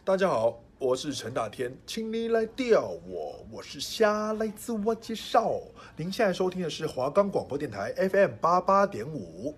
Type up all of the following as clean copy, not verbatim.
大家好，我是陈大天，请你来钓我，我是虾，来自我介绍。您现在收听的是华冈广播电台 FM88.5。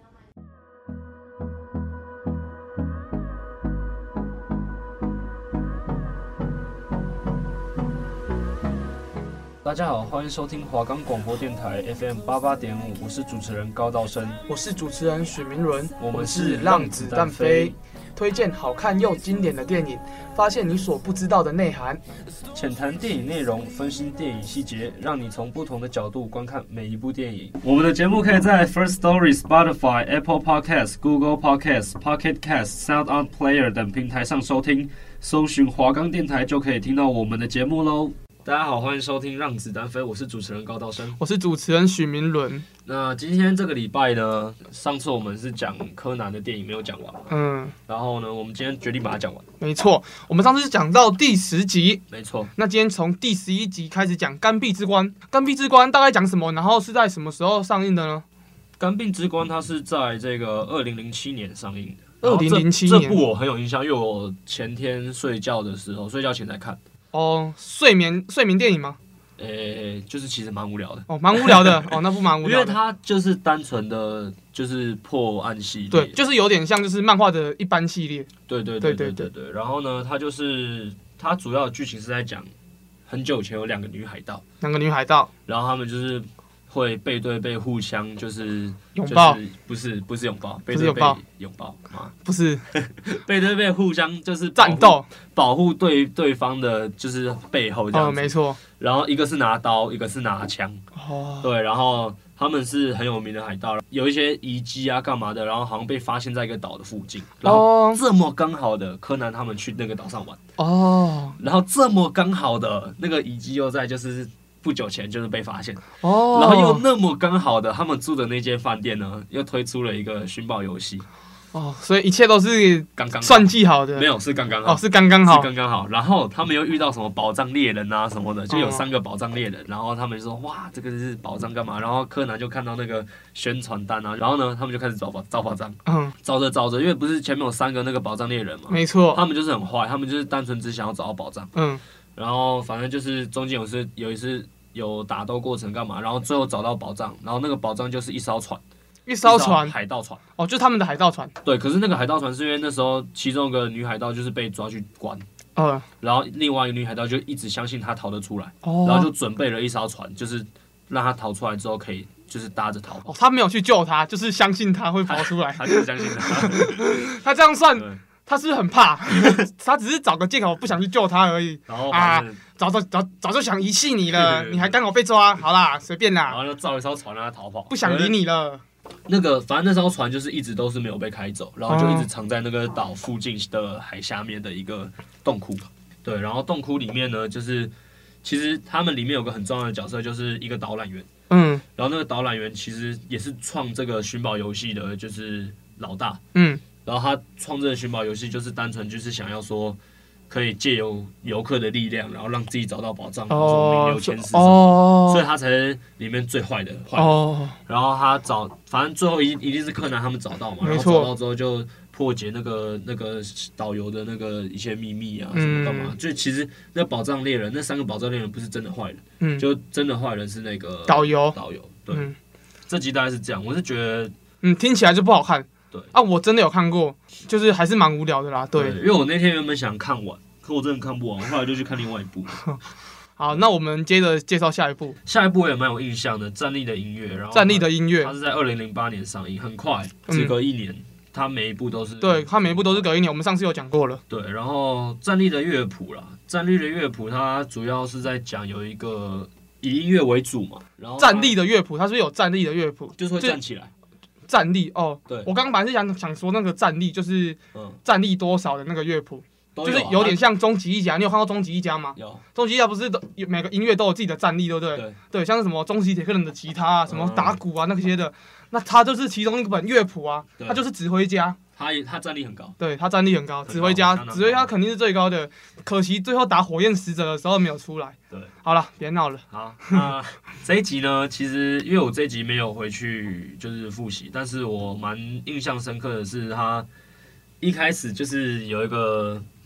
大家好，欢迎收听华冈广播电台 FM88.5，我是主持人高道生， 我是主持人许明伦， 我们是是让子弹飞，推荐好看又经典的电影，发现你所不知道的内涵， 浅谈电影内容，分析电影细节，让你从不同的角度观看每一部电影。我们的节目可以在 First Story、Spotify、Apple Podcasts、Google Podcasts、Pocket Casts、Sound On Player 等平台上收听，搜寻华冈电台就可以听到我们的节目喽。大家好，欢迎收听《让子弹飞》，我是主持人高道生， 我是主持人许明伦。 那今天这个礼拜呢，上次我们是讲柯南的电影没有讲完嘛，然后呢，我们今天决定把它讲完。 没错，我们上次讲到第10集， 没错。 那今天从第11集开始讲《甘碧之关》。《甘碧之关》大概讲什么？然后是在什么时候上映的呢？ 《甘碧之关》它是在这个2007年上映的。 2007 年，这部我很有印象，因为我前天睡觉的时候，睡觉前才看。 哦，睡眠电影吗？ 就是其实蛮无聊的。 哦，蛮无聊的。哦，那部蛮无聊的。 因为它就是单纯的就是破案系列。 对，就是有点像就是漫画的一般系列。 对。然后呢，它主要的剧情是在讲很久以前有两个女海盗，然后他们就是会背对背互相就是拥抱， 不是拥抱，背对背拥抱啊， 不是背对背互相就是战斗， 保护对方的就是背后这样子。 没错。 然后一个是拿刀，一个是拿枪。对，然后他们是很有名的海盗，有一些遗迹啊干嘛的，然后好像被发现在一个岛的附近。然后这么刚好的柯南他们去那个岛上玩。然后这么刚好的那个遗迹又在就是不久前就是被发现，然后又那么刚好的，他们住的那间饭店呢，又推出了一个寻宝游戏， 所以一切都是刚刚算计好的， 没有是刚刚好， 是刚刚好。然后他们又遇到什么宝藏猎人啊什么的，就有3个宝藏猎人，然后他们就说哇，这个是宝藏干嘛？然后柯南就看到那个宣传单啊，然后呢，他们就开始找宝藏，找着，因为不是前面有3个那个宝藏猎人嘛， 没错， 他们就是很坏，他们就是单纯只想要找到宝藏，然后反正就是中间有一次有打斗过程干嘛，然后最后找到宝藏，然后那个宝藏就是一艘海盗船， 就是他们的海盗船。 对，可是那个海盗船是因为那时候其中一个女海盗就是被抓去关，然后另外一个女海盗就一直相信她逃得出来，然后就准备了一艘船，就是让她逃出来之后可以就是搭着逃跑。 他没有去救她，就是相信她会跑出来， 他就是相信她。 他这样算。他是不是很怕？他只是找个借口不想去救他而已。 然后早就想遗弃你了，你还刚好被抓，好啦，随便啦。 然后就造一艘船让他逃跑， 不想理你了。 反正那艘船就是一直都是没有被开走，然后就一直藏在那个岛附近的海下面的一个洞窟。对，然后洞窟里面呢，就是其实他们里面有个很重要的角色，就是一个导览员。然后那个导览员其实也是创这个寻宝游戏的，就是老大。然后他创这个寻宝游戏，就是单纯就是想要说，可以借由游客的力量，然后让自己找到宝藏，名留千史所以他才是里面最坏的坏人。然后反正最后一定是柯南他们找到嘛，然后找到之后就破解那个导游的那个一些秘密啊什么干嘛。就其实那宝藏猎人那3个宝藏猎人不是真的坏人，就真的坏人是那个导游。对，这集大概是这样，我是觉得听起来就不好看。 对我真的有看过，就是还是蛮无聊的啦。对， 因为我那天原本想看完，可我真的看不完，后来就去看另外一部。 好，那我们接着介绍下一部。 下一部我也蛮有印象的，《战慄的音乐》。然后战慄的音乐， 它是在2008年上映，很快，只隔1年。它每一部都是对，它每一部都是隔1年。我们上次有讲过了。 对，然后《战慄的乐谱》啦，《战慄的乐谱》它主要是在讲有一个以音乐为主嘛，然后战慄的乐谱，它是不是有战慄的乐谱？ 就是会站起来。 战力对， 我刚刚本来是想说那个战力就是战力多少的那个乐谱，就是有点像终极一家。你有看过终极一家吗？ 有。 终极一家不是每个音乐都有自己的战力，对不对？对，像是什么终极铁克人的吉他啊，什么打鼓啊那些的，那他就是其中一本乐谱啊，他就是指挥家。 他战力很高， 对他战力很高，指挥家肯定是最高的，可惜最后打火焰使者的时候没有出来。 对， 好了，别闹了。 好，那这一集呢，其实因为我这一集没有回去就是复习，但是我蛮印象深刻的是他一开始就是有一个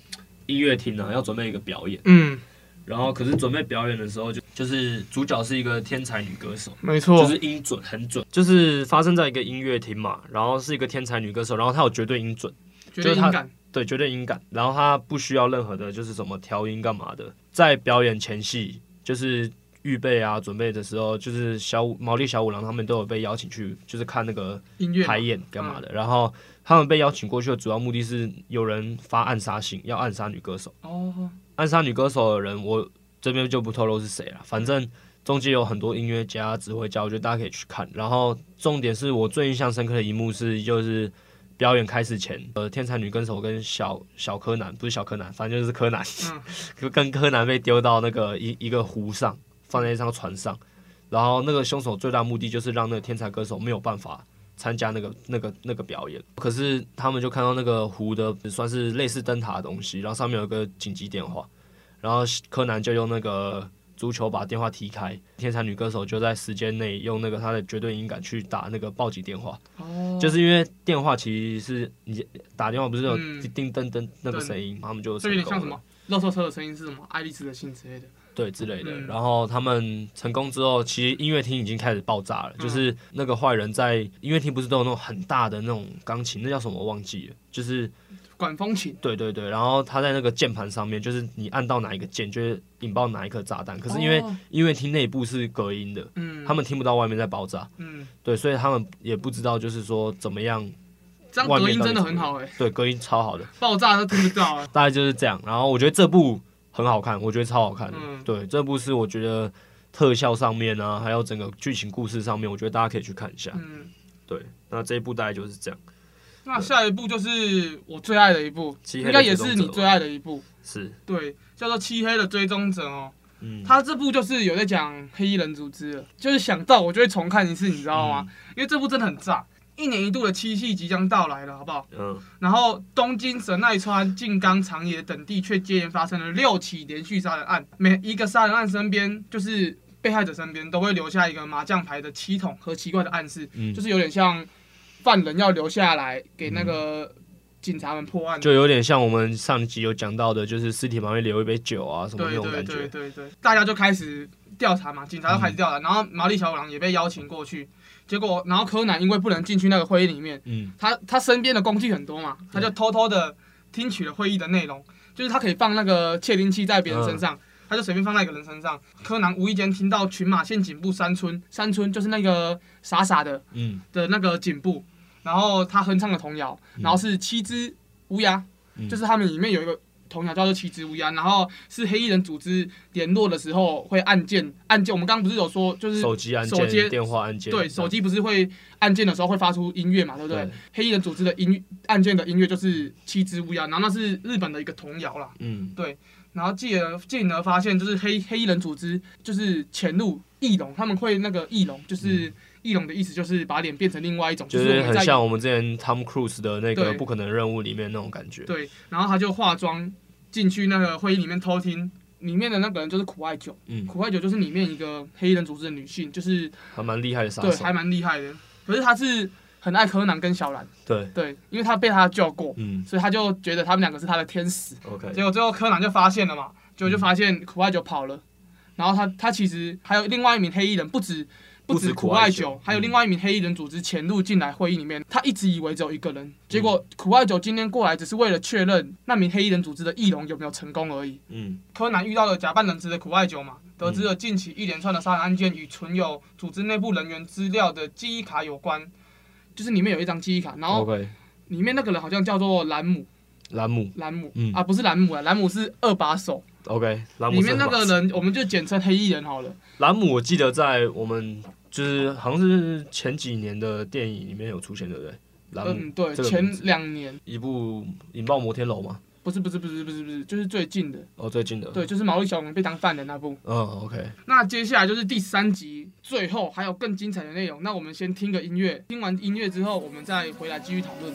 音乐厅啊，要准备一个表演。然后可是准备表演的时候就是主角是一个天才女歌手， 没错， 就是音准很准，就是发生在一个音乐厅嘛，然后是一个天才女歌手，然后她有绝对音准， 绝对音感， 对，绝对音感，然后她不需要任何的就是什么调音干嘛的，在表演前戏就是预备啊准备的时候，就是毛利小五郎他们都有被邀请去，就是看那个音乐排演干嘛的，然后他们被邀请过去的主要目的是有人发暗杀信，要暗杀女歌手。暗杀女歌手的人，我这边就不透露是谁了。反正中间有很多音乐家、指挥家，我觉得大家可以去看。然后重点是我最印象深刻的一幕是，就是表演开始前，天才女歌手跟小柯南，不是小柯南，反正就是柯南，跟柯南被丢到那个一个湖上，放在一艘船上。然后那个凶手最大目的就是让那个天才歌手没有办法参加那个表演，可是他们就看到那个湖的算是类似灯塔的东西，然后上面有个紧急电话，然后柯南就用那个足球把电话踢开，天才女歌手就在时间内用那个她的绝对音感去打那个报警电话，就是因为电话其实是你打电话不是有叮噔噔那个声音，他们就这有点像什么垃圾车的声音是什么爱丽丝的信之类的。 对之类的，然后他们成功之后，其实音乐厅已经开始爆炸了。就是那个坏人在音乐厅不是都有那种很大的那种钢琴，那叫什么我忘记了，就是管风琴。 对，然后他在那个键盘上面，就是你按到哪一个键，就会引爆哪一颗炸弹。可是因为音乐厅内部是隔音的，他们听不到外面在爆炸，对，所以他们也不知道就是说怎么样。 这样隔音真的很好对，隔音超好的， 爆炸都听不到了。 大概就是这样。然后我觉得这部很好看，我觉得超好看的。对，这部是我觉得特效上面啊，还有整个剧情故事上面，我觉得大家可以去看一下。对，那这一部大概就是这样。 那下一部就是我最爱的一部，应该也是你最爱的一部。 是， 对，叫做《漆黑的追踪者》哦。他这部就是有在讲黑衣人组织了，就是想到我就会重看一次，你知道吗？因为这部真的很炸。1年1度的七夕即将到来了，好不好？然后东京、神奈川、静冈、长野等地却接连发生了6起连续杀人案，每一个杀人案身边就是被害者身边都会留下一个麻将牌的7筒和奇怪的暗示，就是有点像犯人要留下来给那个警察们破案， 就有点像我们上一集有讲到的，就是尸体旁边留一杯酒啊什么那种感觉。 对，大家就开始调查嘛，警察就开始调查，然后毛利小五郎也被邀请过去。结果，然后柯南因为不能进去那个会议里面，他身边的工具很多嘛，他就偷偷的听取了会议的内容，就是他可以放那个窃听器在别人身上，他就随便放在一个人身上。柯南无意间听到群马县警部山村就是那个傻傻的的那个警部，然后他哼唱的童谣，然后是7只乌鸦，就是他们里面有一个童谣叫做7只乌鸦，然后是黑衣人组织联络的时候会按键，我们刚刚不是有说就是手机按键、电话按键， 对，手机不是会按键的时候会发出音乐嘛，对不对？黑衣人组织的按键的音乐就是7只乌鸦，然后那是日本的一个童谣啦，对，然后进而发现就是黑衣人组织就是潜入翼龙，他们会那个翼龙就是翼龙的意思就是把脸变成另外一种， 就是很像我们之前 Tom Cruise 的那个不可能任务里面那种感觉。 对，然后他就化妆进去那个会议里面偷听，里面的那个人就是苦艾酒，苦艾酒就是里面一个黑衣人组织的女性，就是还蛮厉害的杀手， 对，还蛮厉害的。可是他是很爱柯南跟小兰，对，因为他被他救过，所以他就觉得他们两个是他的天使。结果最后柯南就发现了嘛，结果就发现苦艾酒跑了，然后他其实还有另外一名黑衣人，不止苦艾酒，还有另外一名黑衣人组织潜入进来会议里面。他一直以为只有一个人，结果苦艾酒今天过来只是为了确认那名黑衣人组织的翼龙有没有成功而已。柯南遇到了假扮人质的苦艾酒嘛，得知了近期一连串的杀人案件与存有组织内部人员资料的记忆卡有关，就是里面有一张记忆卡，然后里面那个人好像叫做兰姆，不是兰姆啊，兰姆是2把手。里面那个人我们就简称黑衣人好了。 兰姆我记得在我们就是好像是前几年的电影里面有出现，对不对？兰姆， 对，前2年一部《引爆摩天楼》吗？ 不是，就是最近的。 最近的。 对，就是毛利小五郎被当犯人那部。 OK。 那接下来就是第3集，最后还有更精彩的内容。那我们先听个音乐，听完音乐之后，我们再回来继续讨论。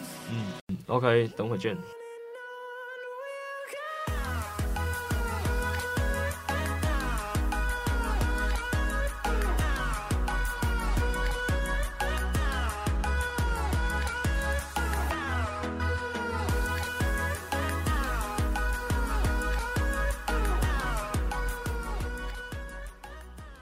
OK， 等会见。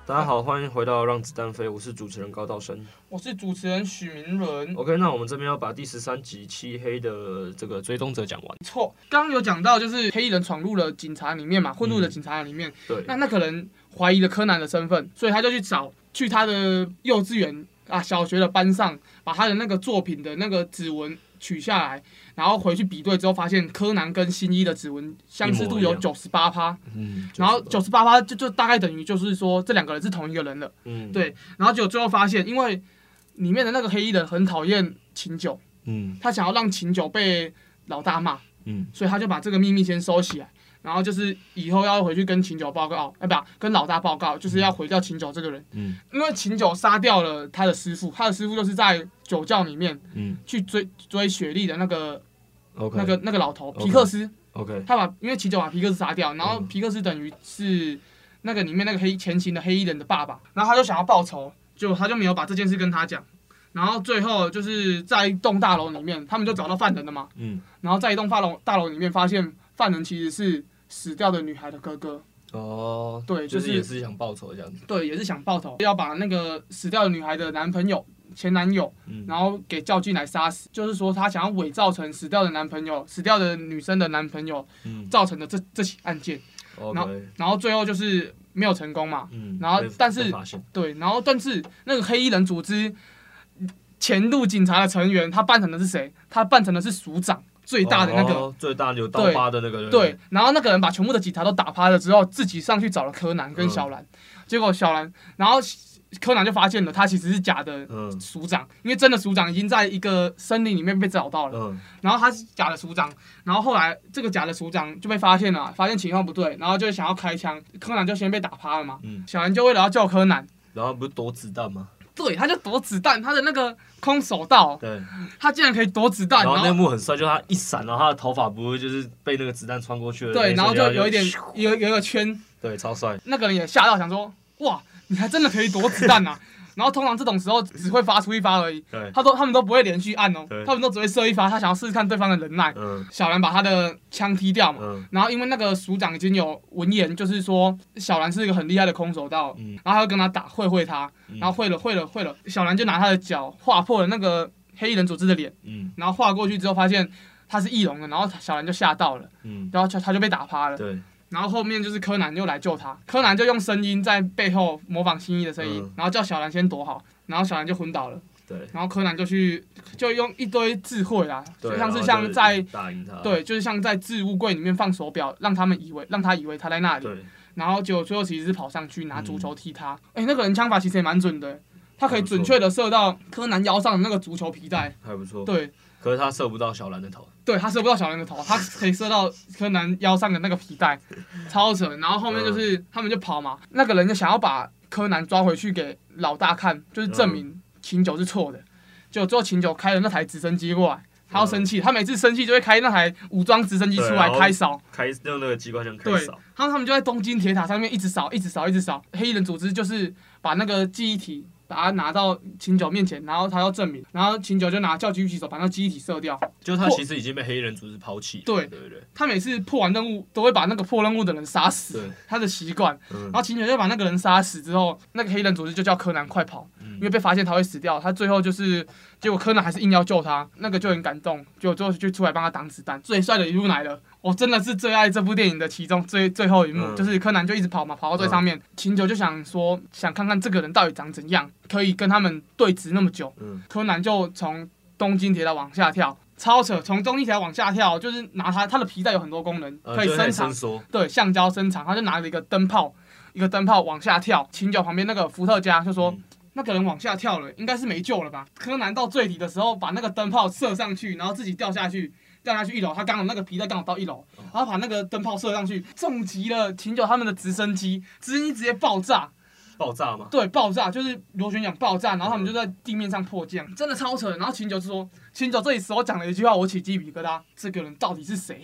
大家好，欢迎回到《让子弹飞》，我是主持人高道生， 我是主持人许明伦。 OK， 那我们这边要把第13集漆黑的这个追踪者讲完。 错，刚刚有讲到就是黑衣人闯入了警察里面嘛，混入了警察里面。 对。 那个人怀疑了柯南的身份，所以他就去他的幼稚园小学的班上，把他的那个作品的那个指纹取下来，然后回去比对之后，发现柯南跟新一的指纹相似度有98%，然后98%就大概等于就是说这2个人是同一个人了，对，然后结果最后发现，因为里面的那个黑衣人很讨厌琴酒，他想要让琴酒被老大骂，所以他就把这个秘密先收起来。然后就是以后要回去跟琴酒报告，跟老大报告，就是要毁掉琴酒这个人。因为琴酒杀掉了他的师傅，他的师傅就是在酒窖里面，去追雪莉的那个老头皮克斯。因为琴酒把皮克斯杀掉，然后皮克斯等于是那个里面那个前行的黑衣人的爸爸，然后他就想要报仇，结果他就没有把这件事跟他讲。然后最后就是在一栋大楼里面，他们就找到犯人了嘛。然后在一栋大楼里面发现犯人其实是死掉的女孩的哥哥。 哦， 对， 就是也是想报仇这样子。 对，也是想报仇，要把那个死掉的女孩的前男友，然后给叫进来杀死。就是说他想要伪造成死掉的女生的男朋友，造成的这起案件。然后最后就是没有成功嘛。然后但是那个黑衣人组织前路警察的成员，他扮成的是谁？他扮成的是署长，最大的那个， 最大有刀疤的那个人。 对，然后那个人把全部的警察都打趴了之后，自己上去找了柯南跟小兰，结果然后柯南就发现了他其实是假的署长，因为真的署长已经在一个森林里面被找到了，然后他是假的署长，然后后来这个假的署长就被发现了，发现情况不对，然后就想要开枪，柯南就先被打趴了嘛，小兰就为了要救柯南， 然后不是躲子弹吗？ 对，他就躲子弹，他的那个空手道， 对， 他竟然可以躲子弹。 然后那幕很帅，就他一闪，然后他的头发不会就是被那个子弹穿过去了。 对，然后就有一个圈。 对，超帅。 那个人也吓到，想说，哇，你还真的可以躲子弹啊！然后通常这种时候只会发出一发而已。 对， 他们都不会连续按哦，他们都只会射一发，他想要试试看对方的忍耐。小兰把他的枪踢掉嘛，然后因为那个署长已经有文言，就是说小兰是一个很厉害的空手道，然后他就跟他打，会他，然后会了，小兰就拿他的脚划破了那个黑衣人组织的脸，然后划过去之后发现他是易容的，然后小兰就吓到了，然后他就被打趴了。 对。 然后后面就是柯南又来救他，柯南就用声音在背后模仿新一的声音，然后叫小兰先躲好，然后小兰就昏倒了。 对， 然后柯南就用一堆智慧啦，就像在对，就是像在置物柜里面放手表，让他以为他在那里。对，然后结果最后其实是跑上去拿足球踢他。那个人枪法其实也蛮准的，他可以准确的射到柯南腰上的那个足球皮带， 还不错。 对， 可是他射不到小兰的头。 对，他射不到小兰的头，他可以射到柯南腰上的那个皮带，超扯。然后后面就是他们就跑嘛，那个人就想要把柯南抓回去给老大看，就是证明琴酒是错的。结果最后琴酒开了那台直升机过来，他要生气，他每次生气就会开那台武装直升机出来开扫， 用那个机关枪开扫。 然后他们就在东京铁塔上面一直扫。黑衣人组织就是把那个记忆体把它拿到琴酒面前，然后他要证明，然后琴酒就叫狙击手把那记忆体射掉。 就他其实已经被黑衣人组织抛弃。 对，他每次破完任务都会把那个破任务的人杀死，他的习惯。然后琴酒就把那个人杀死之后，那个黑衣人组织就叫柯南快跑，因为被发现他会死掉。他最后结果柯南还是硬要救他，那个就很感动，结果最后就出来帮他挡子弹。最帅的一幕来了，我真的是最爱这部电影的其中最后一幕，就是柯南就一直跑到最上面，琴酒就想看看这个人到底长怎样，可以跟他们对峙那么久。柯南就从东京铁塔往下跳，超扯！从东京铁塔往下跳，就是拿他的皮带有很多功能，可以伸长，对，橡胶伸长，他就拿了一个灯泡往下跳。琴酒旁边那个伏特加就说，那个人往下跳了，应该是没救了吧？柯南到最底的时候，把那个灯泡射上去，然后自己掉下去1楼，他刚好那个皮带刚好到1楼，然后把那个灯泡射上去，重击了琴酒他们的直升机直接爆炸。 爆炸吗？ 对，爆炸就是螺旋桨爆炸，然后他们就在地面上迫降，真的超扯。然后琴酒就说，琴酒这里时候讲了一句话，我起鸡皮疙瘩。这个人到底是谁？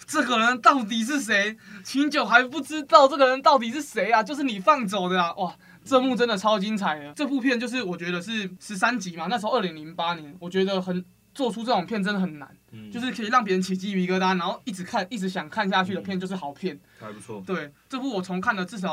琴酒还不知道这个人到底是谁啊？就是你放走的啊！哇，这幕真的超精彩的。这部片就是我觉得是13集嘛，那时候2008年，我觉得做出这种片真的很难，就是可以让别人起鸡皮疙瘩，然后一直想看下去的片就是好片， 还不错。 对，这部我重看了至少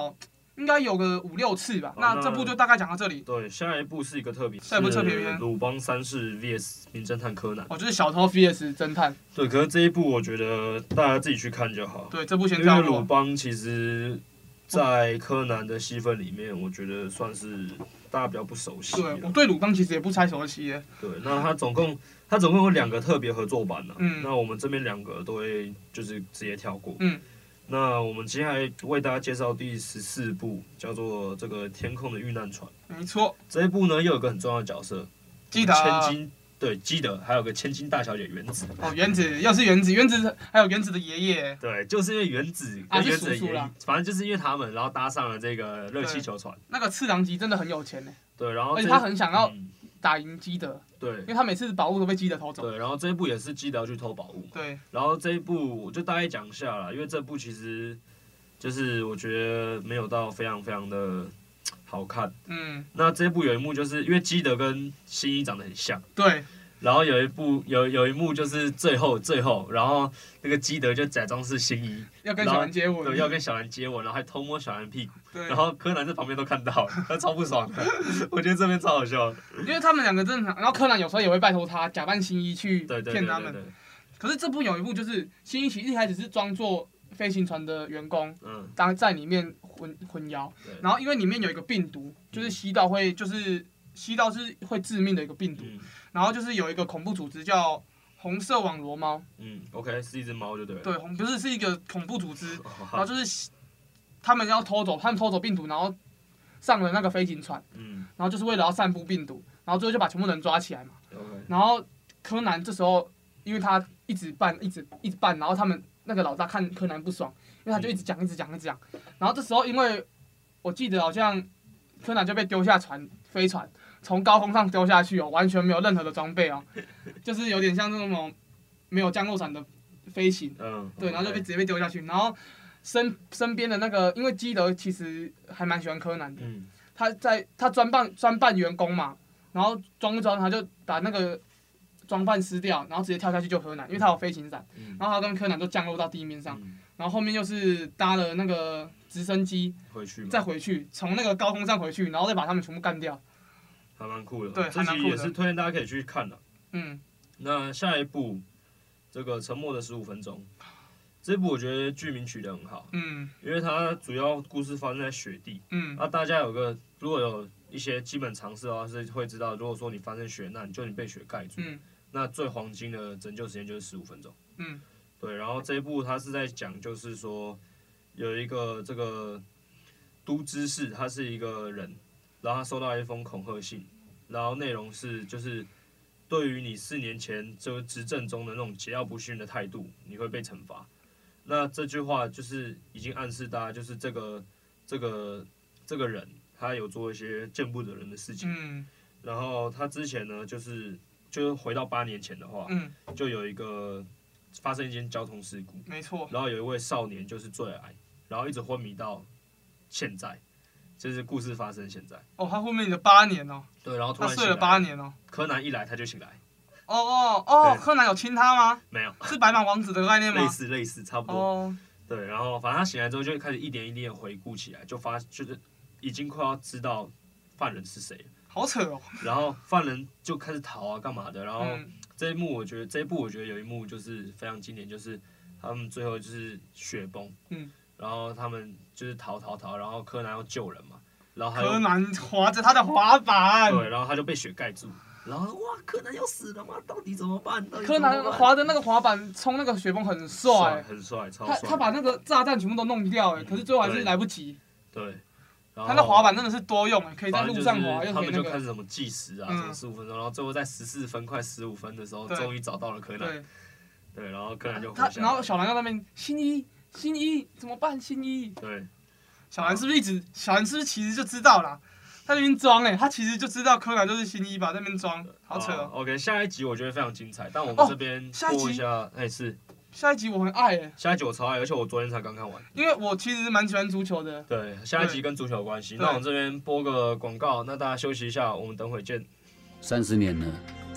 应该有个5、6次吧。那这部就大概讲到这里。 对，下一部是一个特别， 下一部特别篇， 鲁邦三世 VS 名侦探柯南。 就是小偷 VS 侦探。 对，可是这一部我觉得大家自己去看就好。 对，这部先这样。 因为鲁邦其实，在柯南的戏份里面，我觉得算是大家比较不熟悉。 对，我对鲁邦其实也不太熟悉耶。 对，那他总共有2个特别合作版呢。那我们这边2个都会就是直接跳过。那我们接下来为大家介绍第14部，叫做这个《天空的遇难船》。 没错， 这一部呢又有一个很重要的角色， 基德。 对，基德，还有个千金大小姐原子。 原子又是原子，还有原子的爷爷。 对，就是因为原子跟原子的爷爷，反正就是因为他们，然后搭上了这个热气球船。 那个次郎吉真的很有钱呢。 对，然后而且他很想要打赢基德。对，因为他每次宝物都被基德偷走。 对，然后这一部也是基德要去偷宝物。 对， 然后这一部我就大概讲一下啦，因为这部其实就是我觉得没有到非常非常的好看。那这一部有一幕就是因为基德跟新一长得很像。对。然后有一幕就是最后，然后那个基德就假装是新一， 要跟小兰接吻， 对，要跟小兰接吻，然后还偷摸小兰屁股，然后柯南在旁边都看到，他超不爽的，我觉得这边超好笑。 因为他们2个真的，然后柯南有时候也会拜托他假扮新一去骗他们。可是这部有一部就是新一其实一开始是装作飞行船的员工，当在里面混淆，然后因为里面有一个病毒，就是吸到是会致命的一个病毒。然后就是有一个恐怖组织叫红色网罗猫。 OK， 是一只猫就对了。 对，不是一个恐怖组织。然后就是他们偷走病毒，然后上了那个飞行船。然后就是为了要散布病毒，然后最后就把全部人抓起来嘛。然后柯南这时候因为他一直办，然后他们那个老大看柯南不爽，因为他就一直讲。然后这时候因为我记得好像柯南就被丢下飞船。从高空上丢下去完全没有任何的装备就是有点像那种没有降落伞的飞行。对，然后就直接被丢下去，然后身边的那个，因为基德其实还蛮喜欢柯南的。他专扮员工嘛，然后装他就把那个装扮撕掉，然后直接跳下去救柯南，因为他有飞行伞。然后他跟柯南都降落到地面上，然后后面又是搭了那个直升机再回去，从那个高空上回去，然后再把他们全部干掉。 还蛮酷的， 对， 这集也是推荐大家可以去看的。那下一部这个《沉默的15分钟》，这部我觉得剧名取得很好。因为它主要故事发生在雪地。那大家如果有一些基本常识的话，是会知道，如果说你发生雪难，就你被雪盖住，那最黄金的拯救时间就是15分钟。对，然后这一部它是在讲，就是说有一个这个都知事，他是一个人。然后他收到一封恐吓信，然后内容是就是对于你4年前这个执政中的那种桀骜不驯的态度，你会被惩罚。那这句话就是已经暗示大家，就是这个人他有做一些见不得人的事情。然后他之前呢，就是回到8年前的话，就有一个发生一件交通事故， 没错。 然后有一位少年就是坠崖，然后一直昏迷到现在。就是故事发生现在。 他昏迷了8年哦。 对，然后突然他睡了8年哦。 柯南一来他就醒来。 柯南有亲他吗？ 没有。 是白马王子的概念吗？ 类似，差不多。对，然后反正他醒来之后就开始一点一点回顾起来，就是已经快要知道犯人是谁了。 好扯哦。 然后犯人就开始逃啊，干嘛的？然后这一部我觉得有一幕就是非常经典，就是他们最后就是雪崩。然后他们就是逃，然后柯南要救人嘛，然后柯南滑着他的滑板， 对，然后他就被雪盖住，然后哇，柯南要死了吗？到底怎么办？ 柯南滑的那个滑板冲那个雪崩很帅， 很帅，超帅。 他把那个炸弹全部都弄掉，可是最后还是来不及。 对， 他那滑板真的是多用，可以在路上滑，又可以他们就开始什么计时啊，什么15分钟，然后最后在14分快15分的时候，终于找到了柯南。对，然后柯南就然后小兰在那边新一怎么办？新一对， 小兰是不是其实就知道啦？他那边装他其实就知道柯南就是新一吧，在那边装，好扯哦。 OK， 下一集我觉得非常精彩，但我们这边播一下，是下一集我很爱下一集我超爱，而且我昨天才刚看完。 因为我其实蛮喜欢足球的。 对，下一集跟足球有关系。那我们这边播个广告，那大家休息一下，我们等会见。 30年了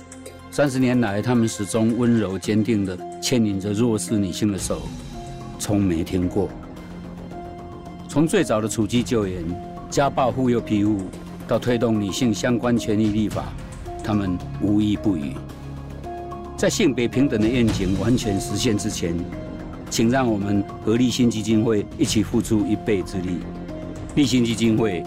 ，30年来，他们始终温柔坚定地牵引着弱势女性的手。从没停过， 从最早的处机救援、家暴妇幼庇护，到推动女性相关权益立法，他们无一不语。在性别平等的愿景完全实现之前，请让我们和立新基金会一起付出一臂之力。立新基金会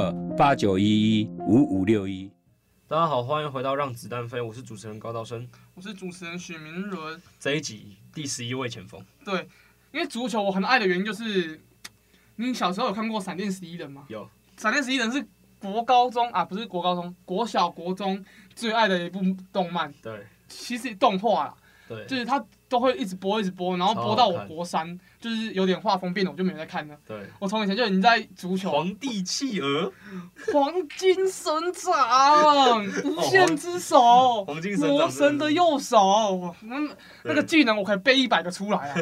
02-8911-5561。 大家好，欢迎回到《让子弹飞》，我是主持人高道生， 我是主持人许明伦。 这一集第11位前锋。 对，因为足球我很爱的原因就是，你小时候有看过《闪电11人》吗？ 有。 《闪电11人》是国高中啊，不是国高中，国小国中最爱的一部动漫。 对。 其实动画啦， 对， 就是它都会一直播，然后播到我国3，就是有点画风变了，我就没有在看了。 对， 我从以前就已经在足球。 皇帝企鹅， 黄金神掌，无限之手， 黄金神掌， 魔神的右手，那个技能我可以背100个出来啊。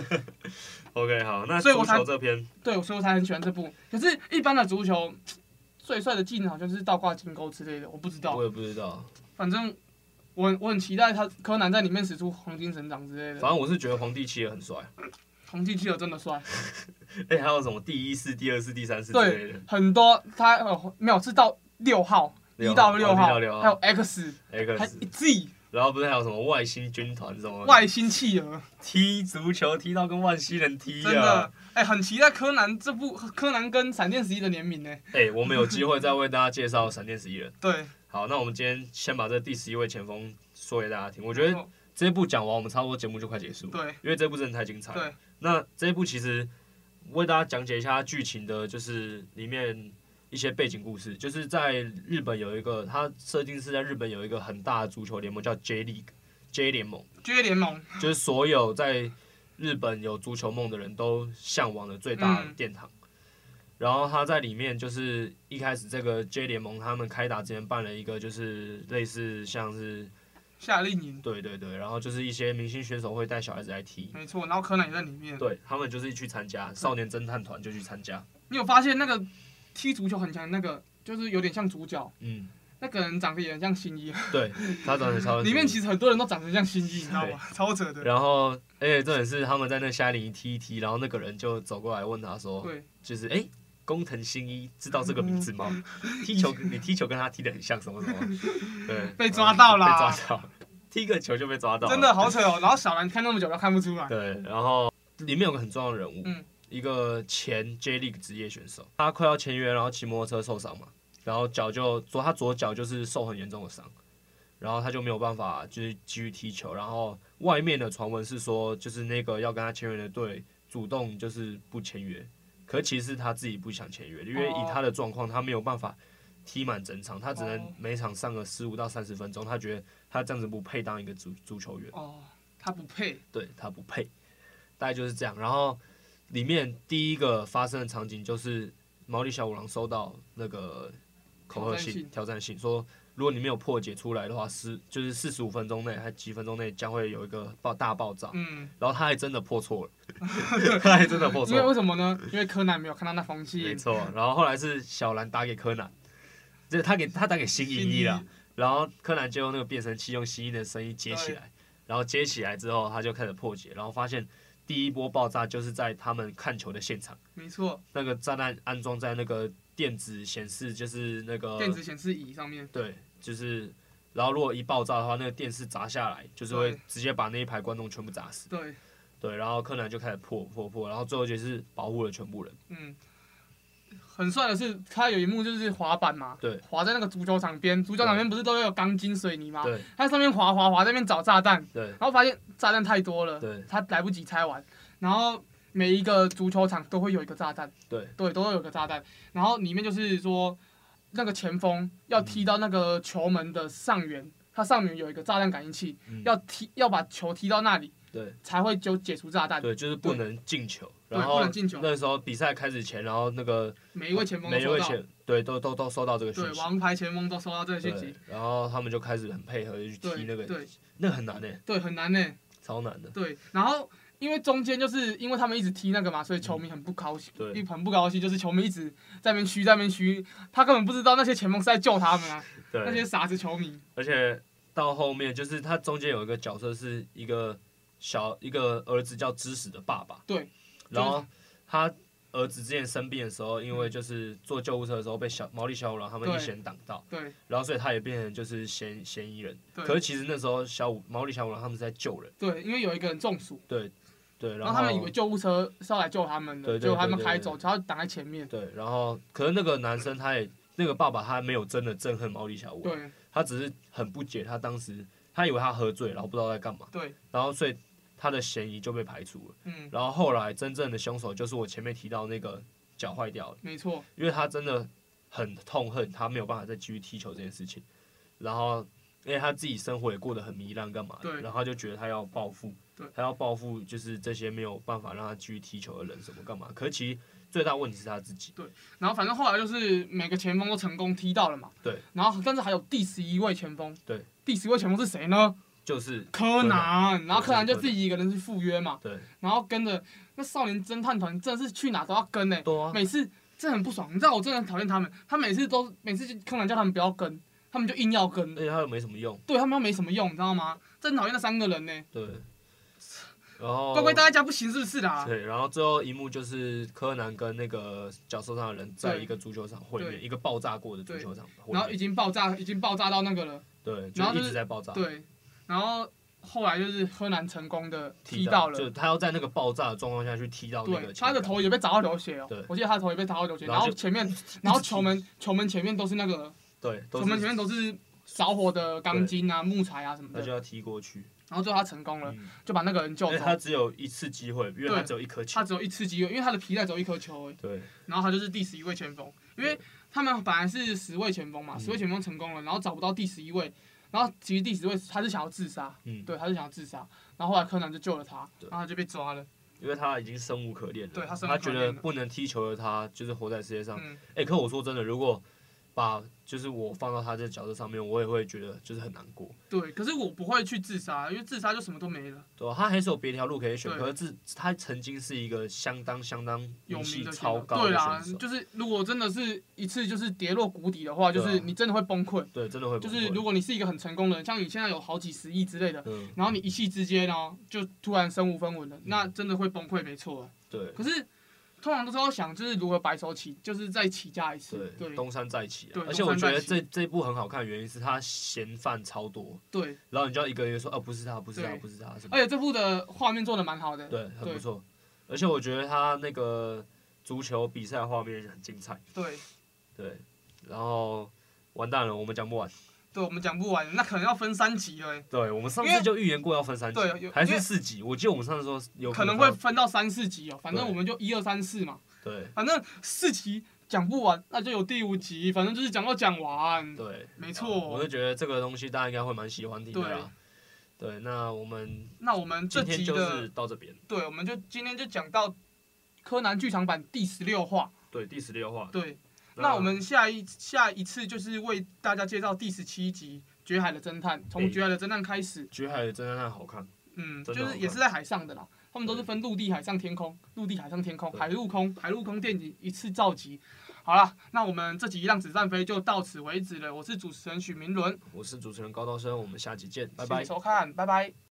OK， 好，那足球这篇， 对，所以我才很喜欢这部。可是，一般的足球最帅的技能好像是倒挂金钩之类的，我不知道。 我也不知道， 反正。我很期待柯南在里面使出黄金神掌之类的。 反正我是觉得皇帝企鹅很帅。 皇帝企鹅真的帅。 还有什么第1式、第2式、第3式之类的。 对，很多他没有是到6号，1到6号，还有 X， 还 Z。 然后不是还有什么外星军团什么？ 外星企鹅。 踢足球踢到跟外星人踢啊！ 真的，很期待柯南这部柯南跟闪电11的联名呢。 我们有机会再为大家介绍闪电11人。 对。 好，那我们今天先把这第11位前锋说给大家听。我觉得这一部讲完，我们差不多节目就快结束。 对， 因为这部真的太精彩了。 对， 那这一部其实为大家讲解一下剧情的，就是里面一些背景故事。就是在日本有一个，它设定是在日本有一个很大的足球联盟叫 J League。J 联盟。 J 联盟就是所有在日本有足球梦的人都向往的最大的殿堂。然后他在里面就是一开始这个 J 联盟他们开打之前办了一个就是类似像是夏令营， 对，然后就是一些明星选手会带小孩子来踢， 没错，然后柯南也在里面， 对他们就是去参加少年侦探团就去参加。 你有发现那个踢足球很强那个就是有点像主角，那个人长得也很像新一，对， 他长得超里面其实很多人都长得像新一，你知道吗？超扯的。 然后而且重点是他们在那夏令营踢一踢，然后那个人就走过来问他说， 对， 就是工藤新一知道这个名字吗？你踢球跟他踢得很像什么什么？对， 被抓到了， 被抓到，踢个球就被抓到， 真的好扯哦。然后小兰看那么久都看不出来。 对，然后里面有个很重要的人物，一个前 J League 职业选手，他快要签约，然后骑摩托车受伤嘛，然后他左脚就是受很严重的伤，然后他就没有办法就是继续踢球。然后外面的传闻是说，就是那个要跟他签约的队主动就是不签约。可其实他自己不想签约，因为以他的状况，他没有办法踢满整场，他只能每场上个15到30分钟。他觉得他这样子不配当一个足球员。 他不配。对， 他不配，大概就是这样。然后里面第一个发生的场景就是毛利小五郎收到那个恐吓信、挑战信，说如果你没有破解出来的话，就是45分钟内还几分钟内将会有一个大爆炸。然后他还真的破错了。他还真的破错， 因为为什么呢？因为柯南没有看到那封信。 没错，然后后来是小兰打给柯南，就是他打给新一啦，然后柯南就用那个变声器用新一的声音接起来，然后接起来之后他就开始破解，然后发现第一波爆炸就是在他们看球的现场。 没错， 那个炸弹安装在那个电子显示，就是那个电子显示仪上面。 对，就是，然后如果一爆炸的话，那个电视砸下来，就是会直接把那一排观众全部砸死。对，然后柯南就开始破，然后最后就是保护了全部人。 很帅的是，他有一幕就是滑板嘛， 对， 滑在那个足球场边，足球场边不是都有钢筋水泥吗？对，他在上面滑，在那边找炸弹， 对， 然后发现炸弹太多了， 对， 他来不及拆完，然后每一个足球场都会有一个炸弹， 对， 都会有个炸弹，然后里面就是说那个前锋要踢到那个球门的上缘，它上面有一个炸弹感应器，要把球踢到那里。对，才会就解除炸弹。 对，就是不能进球。然后那时候比赛开始前，然后那个每一位前锋都收到这个讯息。 对，王牌前锋都收到这个讯息。 然后他们就开始很配合的去踢那个。 对， 那个很难呢。 对，很难呢。 超难的。 对，然后因为中间就是因为他们一直踢那个嘛，所以球迷很不高兴。对，很不高兴，就是球迷一直在那边嘘，他根本不知道那些前锋是在救他们啊。对。那些傻子球迷。 而且到后面就是他中间有一个角色是一个儿子叫知识的爸爸， 对， 然后他儿子之前生病的时候，因为就是坐救护车的时候被毛利小五郎他们一嫌挡到， 对， 然后所以他也变成就是嫌疑人。可是其实那时候毛利小五郎他们是在救人。 对，因为有一个人中暑。 对。 然后他们以为救护车是要来救他们的，结果他们开走，只要挡在前面。 对，然后可是那个男生那个爸爸他没有真的憎恨毛利小五郎，他只是很不解，他当时他以为他喝醉，然后不知道在干嘛。 对， 然后所以他的嫌疑就被排除了。然后后来真正的凶手就是我前面提到那个脚坏掉了。 没错。 因为他真的很痛恨他没有办法再继续踢球这件事情，然后因为他自己生活也过得很糜烂，干嘛的？然后他就觉得他要报复。他要报复，就是这些没有办法让他继续踢球的人，什么干嘛？可是其实最大问题是他自己。 对，然后反正后来就是每个前锋都成功踢到了嘛。 对。 然后但是还有第11位前锋。 对。 第11位前锋是谁呢？ 就是柯南。然后柯南就自己一个人去赴约嘛。 对。 然后跟着那少年侦探团，真的是去哪都要跟欸。 对啊。 每次真的很不爽，你知道我真的很讨厌他们。他每次柯南叫他们不要跟，他们就硬要跟。 而且他又没什么用。 对，他们又没什么用，你知道吗？真讨厌那3个人呢。 对。然后乖乖待在家不行是不是啦？ 对，然后最后一幕就是柯南跟那个脚受伤的人在一个足球场会面，一个爆炸过的足球场。 然后已经爆炸到那个了。 对，就一直在爆炸。 对，然后后来就是柯南成功的踢到了， 就他要在那个爆炸的状况下去踢到那个。 他的头也被砸到流血哦。 对， 我记得他的头也被砸到流血，然后球门前面都是那个。 对， 球门前面都是着火的钢筋啊、木材啊什么的。 他就要踢过去。 然后最后他成功了，就把那个人救走。 他只有一次机会，因为他只有一颗球。 他只有一次机会，因为他的皮带只有一颗球而已。 对。 然后他就是第11位前锋，因为他们本来是10位前锋嘛，10位前锋成功了，然后找不到第11位，然后其实第10位他是想要自杀，对，他是想要自杀，然后后来柯南就救了他，然后他就被抓了。 因为他已经生无可恋了， 对， 他觉得不能踢球的他就是活在世界上。可我说真的，如果把就是我放到他这角色上面，我也会觉得就是很难过。 对，可是我不会去自杀，因为自杀就什么都没了。 对，他还是有别条路可以选。可是他曾经是一个相当名气超高的选手。 对啦，就是如果真的是一次就是跌落谷底的话，就是你真的会崩溃。 对，真的会崩溃。 就是如果你是一个很成功的人，像你现在有好几10亿之类的，然后你一夕之间呢就突然身无分文了，那真的会崩溃，没错。 对。 可是。通常都是要想，就是如何白手起，就是再起家一次。 对，东山再起。 对， 而且我觉得这一部很好看的原因是它嫌犯超多。 对。 然后你就要一个一个说，不是他，不是他，不是他。 而且这部的画面做的蛮好的。 对，很不错。而且我觉得他那个足球比赛画面很精彩。 对。 对。然后完蛋了，我们讲不完。 对，我们讲不完，那可能要分3集了。 对，我们上次就预言过要分3集，对，还是4集。我记得我们上次说有可能会分到3、4集哦，反正我们就1、2、3、4嘛。 对， 反正4集讲不完，那就有第5集，反正就是讲到讲完。 对， 没错。 我就觉得这个东西大家应该会蛮喜欢听的啦。对，那我们这集今天就是到这边。 对，我们就今天就讲到柯南剧场版第16话。 对，第16话。 对。那我们下一次就是为大家介绍第17集《绝海的侦探》，从《绝海的侦探》开始。 绝海的侦探好看。 就是也是在海上的啦，他们都是分陆地、海上、天空、陆地、海上、天空、海陆空电影一次召集。好了，那我们这集《让子弹飞》就到此为止了。我是主持人许明伦， 我是主持人高道生，我们下集见，拜拜。 谢谢收看，拜拜。